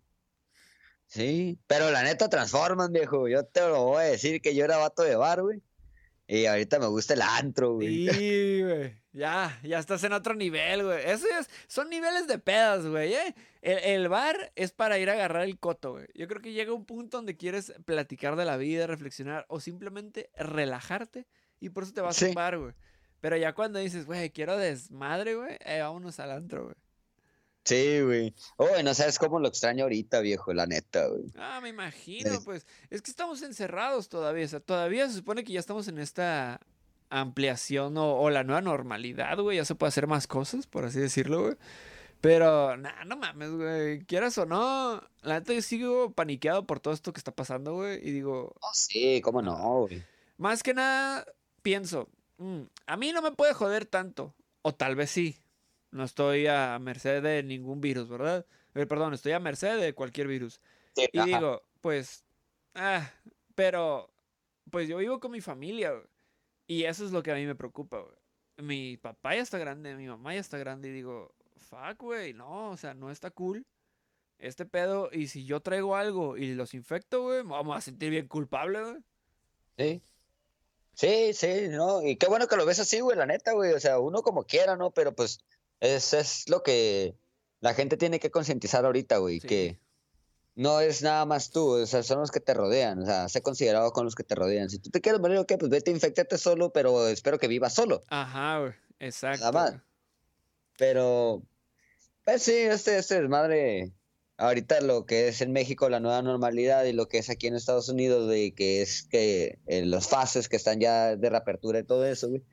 sí. Pero la neta transforman, viejo. Yo te lo voy a decir que yo era vato de bar, güey. Y ahorita me gusta el antro, güey. Sí, güey. Ya, ya estás en otro nivel, güey. Eso es, son niveles de pedas, güey, ¿eh? El, el bar es para ir a agarrar el coto, güey. Yo creo que llega un punto donde quieres platicar de la vida, reflexionar o simplemente relajarte y por eso te vas a un Sí. bar, güey. Pero ya cuando dices, güey, quiero desmadre, güey, eh, vámonos al antro, güey. Sí, güey. Oh, no sabes cómo lo extraño ahorita, viejo, la neta, güey. Ah, me imagino, Es- pues. Es que estamos encerrados todavía. O sea, todavía se supone que ya estamos en esta ampliación o, o la nueva normalidad, güey. Ya se puede hacer más cosas, por así decirlo, güey. Pero, nah, no mames, güey. Quieras o no, la neta yo sigo paniqueado por todo esto que está pasando, güey. Y digo, Oh, sí, cómo no, ah, güey. más que nada, pienso, mm, a mí no me puede joder tanto. O tal vez sí. No estoy a merced de ningún virus, ¿verdad? Eh, perdón, estoy a merced de cualquier virus. Sí, Y ajá. digo, pues, ah, pero, pues yo vivo con mi familia, güey. Y eso es lo que a mí me preocupa, güey. Mi papá ya está grande, mi mamá ya está grande y digo, fuck, güey, no, o sea, no está cool este pedo. Y si yo traigo algo y los infecto, güey, me vamos a sentir bien culpable, güey. Sí. Sí, sí, no, y qué bueno que lo ves así, güey, la neta, güey, o sea, uno como quiera, ¿no? Pero pues eso es lo que la gente tiene que concientizar ahorita, güey, Sí. que no es nada más tú, o sea, son los que te rodean, o sea, sé considerado con los que te rodean. Si tú te quieres morir, ok, pues vete, infectate solo, pero espero que vivas solo, Ajá, güey, nada exacto, más. güey. Pero, pues sí, este, este desmadre, ahorita lo que es en México la nueva normalidad y lo que es aquí en Estados Unidos, de que es que eh, los fases que están ya de reapertura y todo eso, güey,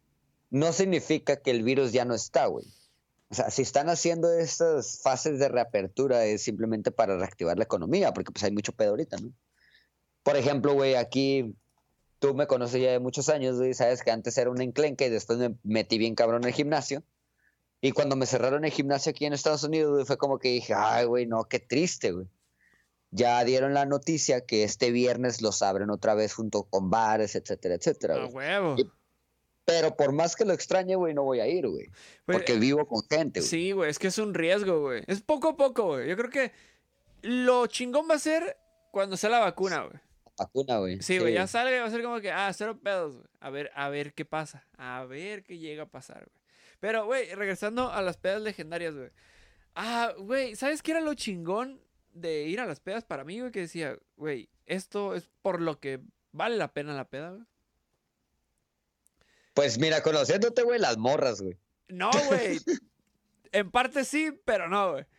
no significa que el virus ya no está, güey. O sea, si están haciendo estas fases de reapertura es simplemente para reactivar la economía, porque pues hay mucho pedo ahorita, ¿no? Por ejemplo, güey, aquí tú me conoces ya de muchos años, güey, sabes que antes era un enclenque y después me metí bien cabrón en el gimnasio. Y cuando me cerraron el gimnasio aquí en Estados Unidos, güey, fue como que dije, ay, güey, no, qué triste, güey. Ya dieron la noticia que este viernes los abren otra vez junto con bares, etcétera, etcétera, A güey. huevo. Y- Pero por más que lo extrañe, güey, no voy a ir, güey. Pues, Porque vivo con gente, güey. sí, güey, es que es un riesgo, güey. Es poco a poco, güey. Yo creo que lo chingón va a ser cuando sea la vacuna, güey. Vacuna, güey. Sí, güey, ya Sí. salga y va a ser como que, ah, cero pedos, güey. A ver, a ver qué pasa. A ver qué llega a pasar, güey. Pero, güey, regresando a las pedas legendarias, güey. Ah, güey, ¿sabes qué era lo chingón de ir a las pedas para mí, güey? Que decía, güey, esto es por lo que vale la pena la peda, güey. Pues mira, conociéndote, güey, las morras, güey. No, güey. En parte sí, pero no, güey.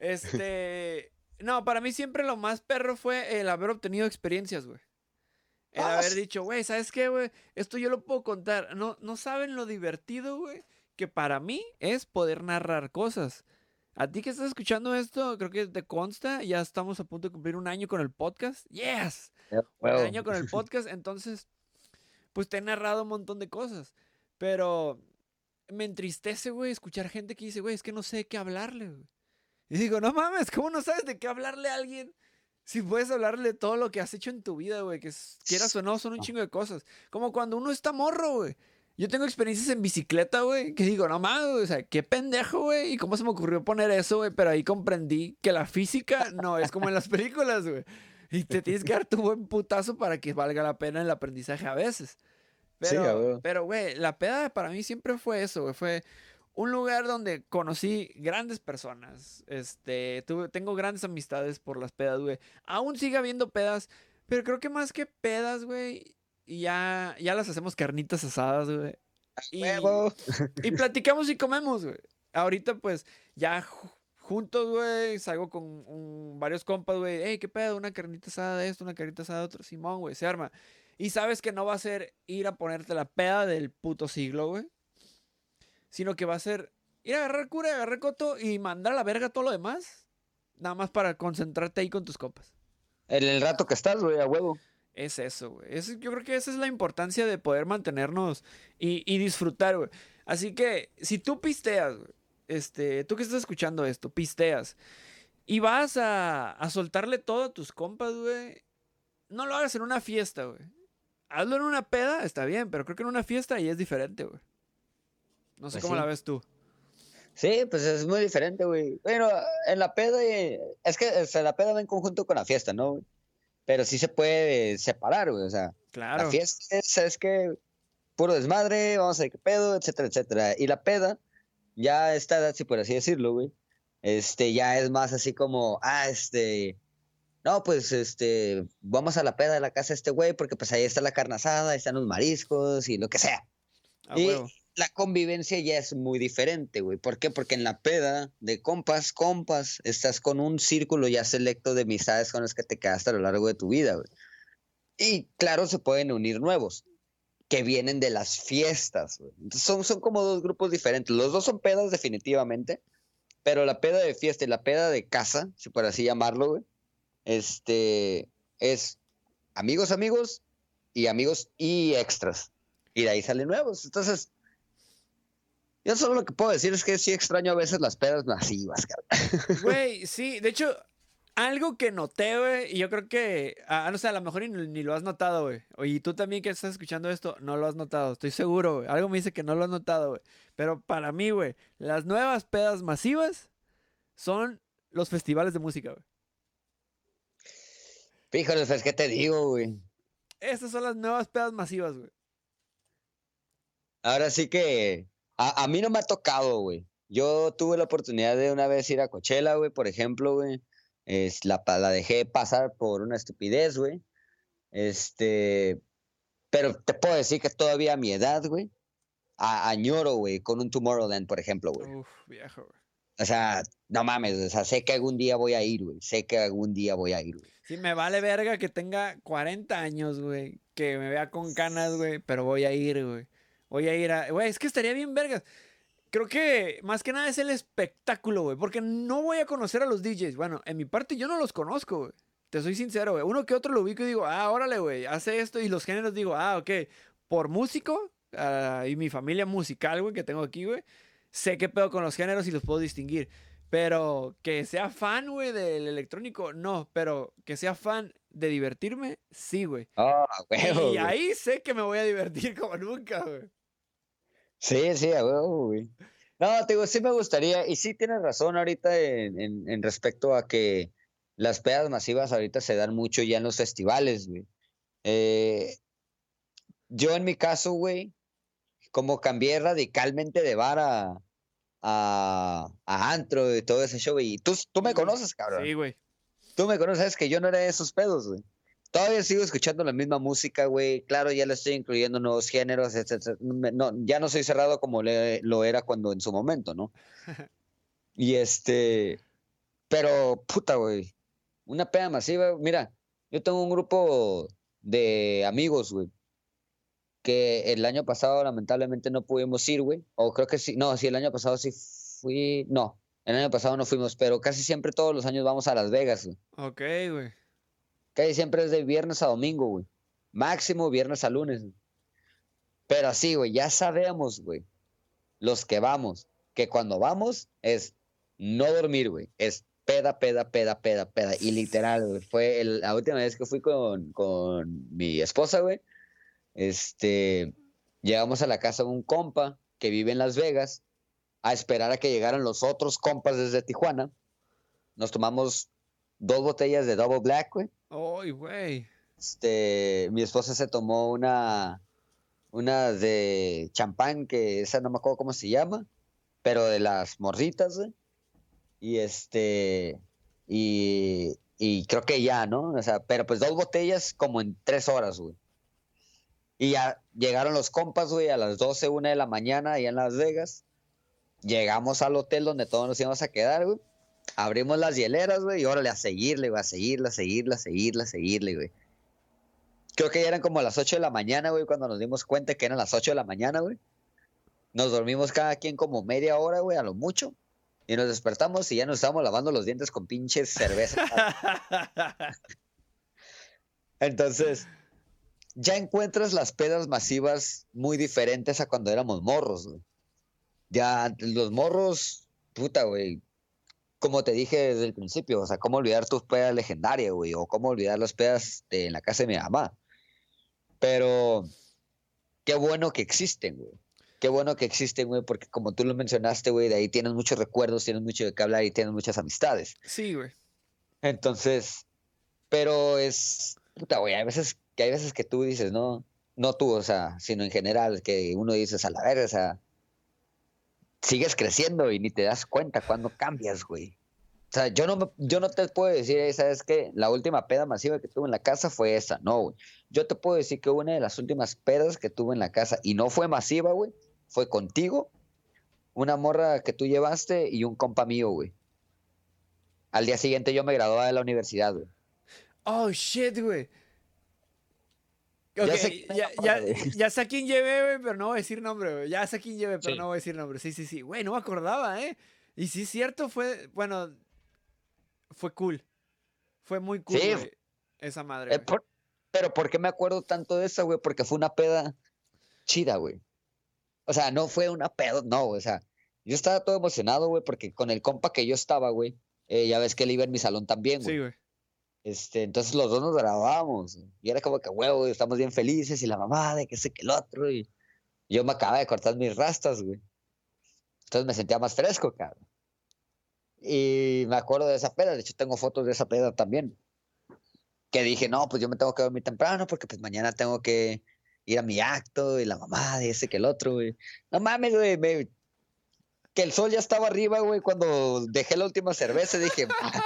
Este. No, para mí siempre lo más perro fue el haber obtenido experiencias, güey. El Ah, haber sí. dicho, güey, ¿sabes qué, güey? Esto yo lo puedo contar. No, no saben lo divertido, güey, que para mí es poder narrar cosas. A ti que estás escuchando esto, creo que te consta, ya estamos a punto de cumplir un año con el podcast. ¡Yes! Un Huevo. año con el podcast, entonces, pues te he narrado un montón de cosas. Pero me entristece, güey, escuchar gente que dice, güey, es que no sé de qué hablarle, güey. Y digo, no mames, ¿cómo no sabes de qué hablarle a alguien? Si puedes hablarle de todo lo que has hecho en tu vida, güey, que es- quieras o no, son un chingo de cosas. Como cuando uno está morro, güey. Yo tengo experiencias en bicicleta, güey, que digo, no mames, güey, o sea, qué pendejo, güey. ¿Y cómo se me ocurrió poner eso, güey? Pero ahí comprendí que la física no es como en las películas, güey. Y te tienes que dar tu buen putazo para que valga la pena el aprendizaje a veces. Sí, a Pero, huevo. pero, güey, la peda para mí siempre fue eso, güey. Fue un lugar donde conocí grandes personas. Este, tuve, tengo grandes amistades por las pedas, güey. Aún sigue habiendo pedas, pero creo que más que pedas, güey, ya, ya las hacemos carnitas asadas, güey. Y, Huevo. y platicamos y comemos, güey. Ahorita, pues, ya ju- juntos, güey, salgo con un- varios compas, güey. Hey, ¿qué pedo? Una carnita asada de esto, una carnita asada de otro. Simón, güey, se arma. Y sabes que no va a ser ir a ponerte la peda del puto siglo, güey. Sino que va a ser ir a agarrar cura, agarrar coto y mandar a la verga todo lo demás. Nada más para concentrarte ahí con tus compas. En el rato que estás, güey, a huevo. Es eso, güey. Es- yo creo que esa es la importancia de poder mantenernos y, y disfrutar, güey. Así que, si tú pisteas, güey, este, tú que estás escuchando esto, pisteas, y vas a, a soltarle todo a tus compas, güey, no lo hagas en una fiesta, güey. Hazlo en una peda, está bien, pero creo que en una fiesta ahí es diferente, güey. No sé Pues cómo la sí. ves tú. Sí, pues es muy diferente, güey. Bueno, en la peda, eh, es que o sea, la peda va en conjunto con la fiesta, ¿no, güey? Pero sí se puede separar, güey. O sea, la Claro. fiesta es, es que puro desmadre, vamos a ver qué pedo, etcétera, etcétera. Y la peda, ya a esta edad, si por así decirlo, güey, este, ya es más así como, ah, este, no, pues, este, vamos a la peda de la casa de este güey, porque pues ahí está la carne asada, ahí están los mariscos y lo que sea. A Y huevo. la convivencia ya es muy diferente, güey. ¿Por qué? Porque en la peda de compas, compas, estás con un círculo ya selecto de amistades con las que te quedaste a lo largo de tu vida, güey. Y claro, se pueden unir nuevos, que vienen de las fiestas, güey. Entonces son, son como dos grupos diferentes. Los dos son pedas definitivamente, pero la peda de fiesta y la peda de casa, si por así llamarlo, güey, este, es amigos, amigos y amigos y extras. Y de ahí salen nuevos. Entonces, yo solo lo que puedo decir es que sí extraño a veces las pedas masivas, cabrón. Güey, sí, de hecho, algo que noté, güey, y yo creo que, ah, no sé, a lo mejor ni, ni lo has notado, güey. Y tú también que estás escuchando esto, no lo has notado, estoy seguro, güey. Algo me dice que no lo has notado, güey. Pero para mí, güey, las nuevas pedas masivas son los festivales de música, güey. Fíjate, pues, ¿qué te digo, güey? Estas son las nuevas pedas masivas, güey. Ahora sí que a, a mí no me ha tocado, güey. Yo tuve la oportunidad de una vez ir a Coachella, güey, por ejemplo, güey. Es, la, pa- la dejé pasar por una estupidez, güey. Este, pero te puedo decir que todavía a mi edad, güey, a- añoro, güey, con un Tomorrowland, por ejemplo, güey. Uf, viejo, güey. O sea, no mames, o sea, sé que algún día voy a ir, güey. Sé que algún día voy a ir, güey. Sí, me vale verga que tenga cuarenta años, güey. Que me vea con canas, güey. Pero voy a ir, güey. Voy a ir a... Güey, es que estaría bien vergas. Creo que más que nada es el espectáculo, güey. Porque no voy a conocer a los D Js. Bueno, en mi parte yo no los conozco, güey. Te soy sincero, güey. Uno que otro lo ubico y digo, ah, órale, güey. Hace esto. Y los géneros digo, ah, ok. Por músico ah, y mi familia musical, güey, que tengo aquí, güey. Sé qué pedo con los géneros y los puedo distinguir. Pero que sea fan, güey, del electrónico, no. Pero que sea fan de divertirme, sí, güey. Oh, a Y huevo, güey. ahí sé que me voy a divertir como nunca, güey. Sí, sí, a huevo, güey. No, te digo, sí me gustaría, y sí tienes razón ahorita en, en, en respecto a que las pedas masivas ahorita se dan mucho ya en los festivales, güey. Eh, yo en mi caso, güey, como cambié radicalmente de bar a, a, a antro y todo ese show, y tú, tú me Uh, conoces, cabrón. sí, güey. Tú me conoces, sabes que yo no era de esos pedos, güey. Todavía sigo escuchando la misma música, güey. Claro, ya le estoy incluyendo nuevos géneros, etcétera. Me- No, ya no soy cerrado como le- lo era cuando en su momento, ¿no? Y este, pero puta, güey. Una peda masiva, mira, yo tengo un grupo de amigos, güey, que el año pasado lamentablemente no pudimos ir, güey. O creo que sí, no, sí, el año pasado sí fui, no, el año pasado no fuimos, pero casi siempre todos los años vamos a Las Vegas, güey. Ok, güey. Casi siempre es de viernes a domingo, güey. Máximo viernes a lunes, güey. Pero así, güey, ya sabemos, güey, los que vamos, que cuando vamos es no dormir, güey. Es peda, peda, peda, peda, peda. Y literal, güey, fue el- la última vez que fui con, con mi esposa, güey. Este, llegamos a la casa de un compa que vive en Las Vegas a esperar a que llegaran los otros compas desde Tijuana. Nos tomamos dos botellas de Double Black, güey. Ay, güey. Este, mi esposa se tomó una, una de champán, que esa no me acuerdo cómo se llama, pero de las morritas, güey. Y este, y, y creo que ya, ¿no? O sea, pero pues dos botellas como en tres horas, güey. Y ya llegaron los compas, güey, a las doce, una de la mañana, allá en Las Vegas. Llegamos al hotel donde todos nos íbamos a quedar, güey. Abrimos las hieleras, güey, y órale, a seguirle, güey, a seguirle, a seguirle, a seguirle, a seguirle, güey. Creo que ya eran como las ocho de la mañana, güey, cuando nos dimos cuenta que eran las ocho de la mañana, güey. Nos dormimos cada quien como media hora, güey, a lo mucho. Y nos despertamos y ya nos estábamos lavando los dientes con pinches cerveza. Entonces, ya encuentras las pedas masivas muy diferentes a cuando éramos morros, güey. Ya los morros, puta, güey. Como te dije desde el principio, o sea, cómo olvidar tus pedas legendarias, güey, o cómo olvidar las pedas de, en la casa de mi mamá. Pero qué bueno que existen, güey. Qué bueno que existen, güey, porque como tú lo mencionaste, güey, de ahí tienes muchos recuerdos, tienes mucho de qué hablar y tienes muchas amistades. Sí, güey. Entonces, pero es, puta, güey, hay veces que hay veces que tú dices, no, no tú, o sea, sino en general, que uno dices, a la verga, o sea, sigues creciendo y ni te das cuenta cuando cambias, güey. sea, yo no, me- yo no te puedo decir, "Ey, ¿sabes qué? La última peda masiva que tuve en la casa fue esa". No, güey. Yo te puedo decir que una de las últimas pedas que tuve en la casa, y no fue masiva, güey, fue contigo, una morra que tú llevaste y un compa mío, güey. Al día siguiente yo me graduaba de la universidad, güey. Oh, shit, güey. Ok, Ya sé quién es ya, la ya, morra, güey. ya sé a quién llevé, güey, pero no voy a decir nombre, güey. Ya sé a quién llevé, pero no Sí. voy a decir nombre. Sí, sí, sí. Güey, no me acordaba, ¿eh? Y sí, es cierto, fue, bueno, fue cool. Fue muy cool, Sí, güey. Esa madre, eh, güey. por- pero ¿por qué me acuerdo tanto de esa, güey? Porque fue una peda chida, güey. O sea, no fue una peda, no, güey. O sea, yo estaba todo emocionado, güey, porque con el compa que yo estaba, güey, eh, ya ves que él iba en mi salón también, Sí, güey. güey. Este, entonces los dos nos grabábamos. Y era como que, huevo, estamos bien felices. Y la mamá de que sé que el otro. Y yo me acababa de cortar mis rastas, güey. Entonces me sentía más fresco, cabrón. Y me acuerdo de esa peda. De hecho, tengo fotos de esa peda también. Que dije, no, pues yo me tengo que dormir temprano porque pues mañana tengo que ir a mi acto. Y la mamá de ese que el otro, güey. No mames, güey. me- Que el sol ya estaba arriba, güey. Cuando dejé la última cerveza, dije, "Ah,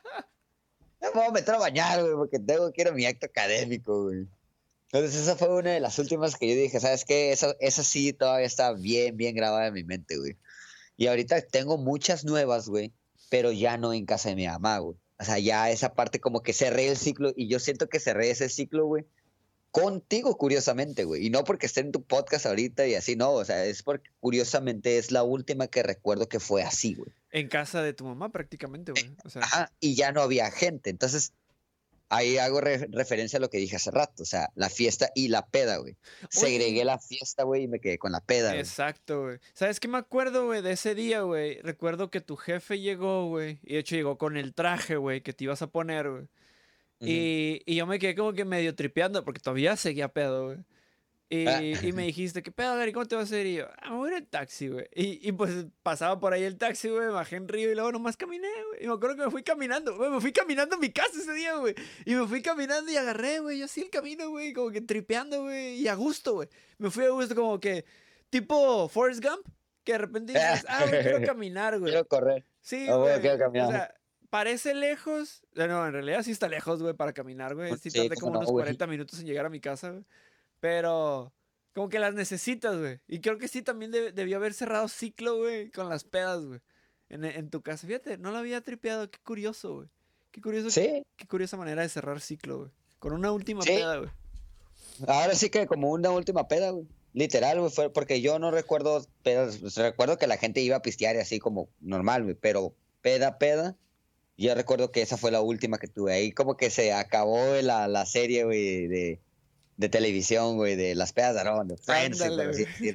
me voy a meter a bañar, güey, porque tengo que ir a mi acto académico, güey". Entonces esa fue una de las últimas que yo dije, ¿sabes qué? Esa, esa sí todavía está bien, bien grabada en mi mente, güey. Y ahorita tengo muchas nuevas, güey, pero ya no en casa de mi mamá, güey. O sea, ya esa parte como que cerré el ciclo y yo siento que cerré ese ciclo, güey, contigo, curiosamente, güey. Y no porque esté en tu podcast ahorita y así, no. O sea, es porque curiosamente es la última que recuerdo que fue así, güey. En casa de tu mamá, prácticamente, güey. O sea, Ajá, y ya no había gente. Entonces, ahí hago re- referencia a lo que dije hace rato, o sea, la fiesta y la peda, güey. Segregué oye, la fiesta, güey, y me quedé con la peda, güey. exacto, güey. ¿Sabes qué me acuerdo, güey, de ese día, güey? Recuerdo que tu jefe llegó, güey. Y de hecho llegó con el traje, güey, que te ibas a poner, güey. Ujú. Y, y yo me quedé como que medio tripeando, porque todavía seguía pedo, güey. Ah, Y, y me dijiste, ¿qué pedo, Gary? ¿Cómo te vas a ir? Y yo, ah, me voy a ir en taxi, güey. Y, y pues pasaba por ahí el taxi, güey, bajé en Río y luego nomás caminé, güey. Y me acuerdo que me fui caminando, güey, me fui caminando a mi casa ese día, güey. Y me fui caminando y agarré, güey, yo así el camino, güey, como que tripeando, güey, y a gusto, güey. Me fui a gusto como que, tipo Forrest Gump, que de repente ah. dices, ah, güey, quiero caminar, güey. Quiero correr. Sí, No, bueno, güey. quiero O caminar. sea, parece lejos. eh, No, en realidad sí está lejos, güey, para caminar, güey. Sí Sí, tardé cómo como no, unos güey. cuarenta minutos en llegar a mi casa, güey. Pero como que las necesitas, güey. Y creo que sí también deb- debió haber cerrado ciclo, güey, con las pedas, güey. En, en tu casa. Fíjate, no lo había tripeado. Qué curioso, güey. Qué curioso, Sí, qué curiosa manera de cerrar ciclo, güey. Con una última sí. peda, güey. Ahora sí que como una última peda, güey. Literal, güey, fue porque yo no recuerdo pedas. Pues, recuerdo que la gente iba a pistear y así como normal, güey, pero peda, peda. Yo recuerdo que esa fue la última que tuve. Ahí como que se acabó la, la serie, güey, de, de televisión, güey, de las pedas de Aarón, de Friends, güey, por Ándale, así güey. decirlo.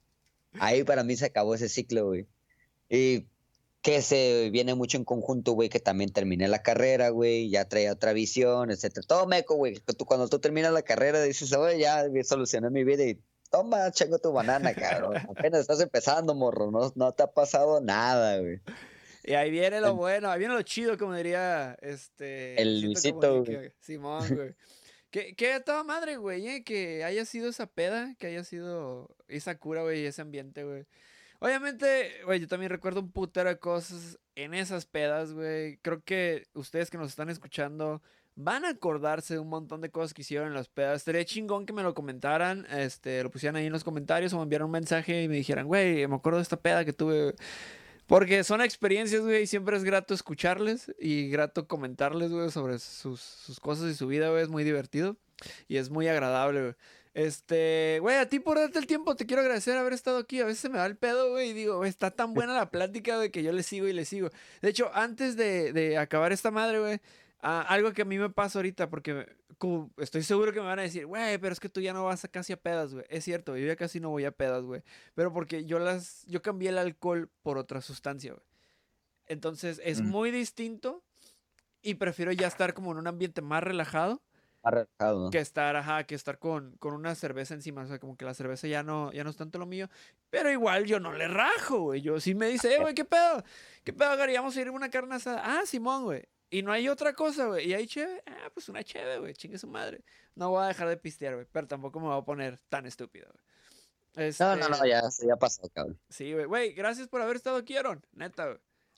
Ahí para mí se acabó ese ciclo, güey. Y que se viene mucho en conjunto, güey, que también terminé la carrera, güey, ya traía otra visión, etcétera. Todo meco, güey. que tú- Cuando tú terminas la carrera dices, oye, ya solucioné mi vida y toma, chengo tu banana, cabrón. Apenas estás empezando, morro, no, no te ha pasado nada, güey. Y ahí viene lo El, bueno, ahí viene lo chido, como diría este el Luisito Luisito, güey. Comunica, Simón, güey. Que, que a toda madre, güey, eh, que haya sido esa peda, que haya sido esa cura, güey, y ese ambiente, güey. Obviamente, güey, yo también recuerdo un putero de cosas en esas pedas, güey. Creo que ustedes que nos están escuchando van a acordarse de un montón de cosas que hicieron en las pedas. Estaría chingón que me lo comentaran, este, lo pusieran ahí en los comentarios o me enviaran un mensaje y me dijeran, güey, me acuerdo de esta peda que tuve. Porque son experiencias, güey, y siempre es grato escucharles y grato comentarles, güey, sobre sus, sus cosas y su vida, güey. Es muy divertido y es muy agradable, güey. Este, güey, a ti por darte el tiempo te quiero agradecer haber estado aquí. A veces se me va el pedo, güey, y digo, güey, está tan buena la plática, güey, que yo le sigo y le sigo. De hecho, antes de, de acabar esta madre, güey, ah, algo que a mí me pasa ahorita, porque como estoy seguro que me van a decir, güey, pero es que tú ya no vas a casi a pedas, güey. Es cierto, yo ya casi no voy a pedas, güey. Pero porque yo las, yo cambié el alcohol por otra sustancia, güey. Entonces es Mm, muy distinto y prefiero ya estar como en un ambiente más relajado más relajado, que ¿no? estar, ajá, que estar con, con una cerveza encima. O sea, como que la cerveza ya no, ya no es tanto lo mío. Pero igual yo no le rajo, güey. Yo sí me dice, eh, güey, ¿qué pedo? ¿Qué pedo, Gary? Vamos a ir a una carne asada. Ah, Simón, güey. Y no hay otra cosa, güey. Y hay cheve. Ah, pues una cheve, güey. Chingue su madre. No voy a dejar de pistear, güey. Pero tampoco me voy a poner tan estúpido, güey. No, no, no, Este, ya, ya pasó, cabrón. sí, güey. Güey, gracias por haber estado aquí, Aaron. Neta, güey.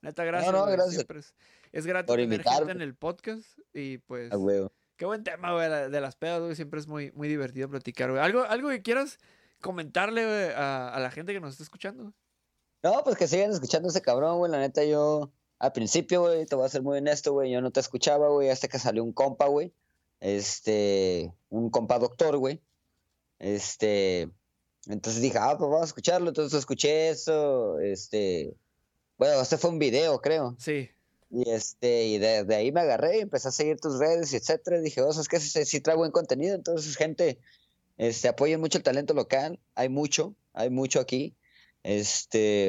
Neta, gracias. No, no, güey. gracias. Siempre es, es grato Por tener invitarme. gente en el podcast y pues... A huevo. Qué buen tema, güey, la- de las pedas, güey. Siempre es muy, muy divertido platicar, güey. ¿Algo, algo que quieras comentarle, güey, a, a la gente que nos está escuchando, güey? No, pues que sigan escuchando a ese cabrón, güey. La neta, yo al principio, güey, te voy a ser muy honesto, güey. Yo no te escuchaba, güey, hasta que salió un compa, güey. Este, un compa doctor, güey. Este, entonces dije, ah, pues vamos a escucharlo. Entonces escuché eso, este, bueno, este fue un video, creo. Sí. Y este, y de, de ahí me agarré y empecé a seguir tus redes y etcétera. Y dije, oh, es que sí, sí trae buen contenido. Entonces, gente, este, apoyen mucho el talento local. Hay mucho, hay mucho aquí. Este,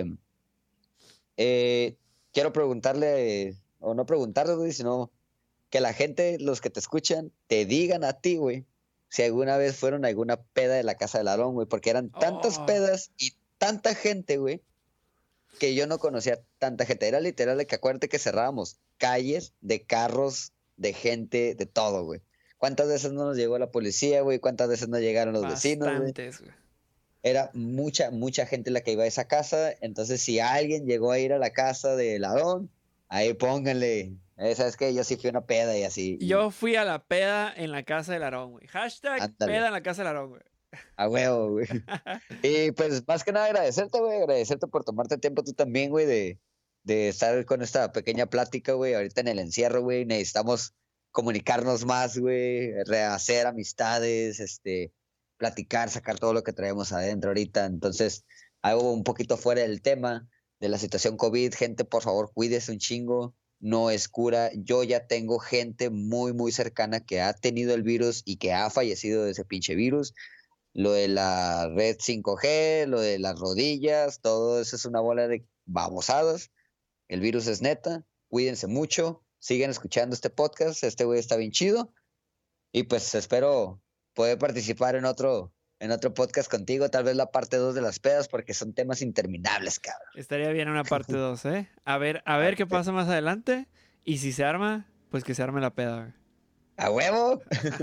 eh, quiero preguntarle, o no preguntarle, güey, sino que la gente, los que te escuchan, te digan a ti, güey, si alguna vez fueron a alguna peda de la casa del Aarón, güey, porque eran tantas Oh. pedas y tanta gente, güey, que yo no conocía tanta gente. Era literal de que acuérdate que cerrábamos calles de carros, de gente, de todo, güey. ¿Cuántas veces no nos llegó la policía, güey? ¿Cuántas veces no llegaron los vecinos, güey? Bastantes, güey. Era mucha, mucha gente la que iba a esa casa. Entonces, si alguien llegó a ir a la casa de Ladrón, ahí pónganle. Eh, ¿Sabes qué? Yo sí fui a una peda y así. y Yo fui a la peda en la casa del Aarón, güey. Hashtag Ándale. peda en la casa del Aarón, güey. A huevo, güey. Y pues, más que nada, agradecerte, güey. Agradecerte por tomarte tiempo tú también, güey, de, de estar con esta pequeña plática, güey. Ahorita en el encierro, güey, necesitamos comunicarnos más, güey. Rehacer amistades, este, platicar, sacar todo lo que traemos adentro ahorita. Entonces, algo un poquito fuera del tema de la situación COVID. Gente, por favor, cuídese un chingo. No es cura. Yo ya tengo gente muy, muy cercana que ha tenido el virus y que ha fallecido de ese pinche virus. Lo de la red cinco G, lo de las rodillas, todo eso es una bola de babosadas. El virus es neta. Cuídense mucho. Sigan escuchando este podcast. Este güey está bien chido. Y pues espero poder participar en otro, en otro podcast contigo. Tal vez la parte dos de las pedas, porque son temas interminables, cabrón. Estaría bien una parte dos, ¿eh? A ver, a ver qué pasa más adelante. Y si se arma, pues que se arme la peda, güey. ¡A huevo!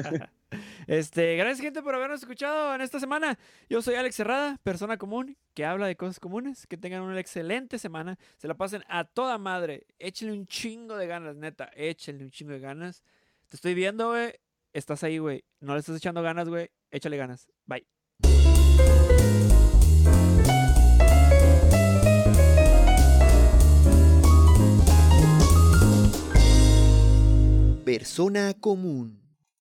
Este, gracias gente por habernos escuchado en esta semana. Yo soy Alex Herrada, persona común que habla de cosas comunes. Que tengan una excelente semana. Se la pasen a toda madre. Échenle un chingo de ganas, neta. Échenle un chingo de ganas. Te estoy viendo, güey. Estás ahí, güey. No le estás echando ganas, güey. Échale ganas. Bye. Persona común.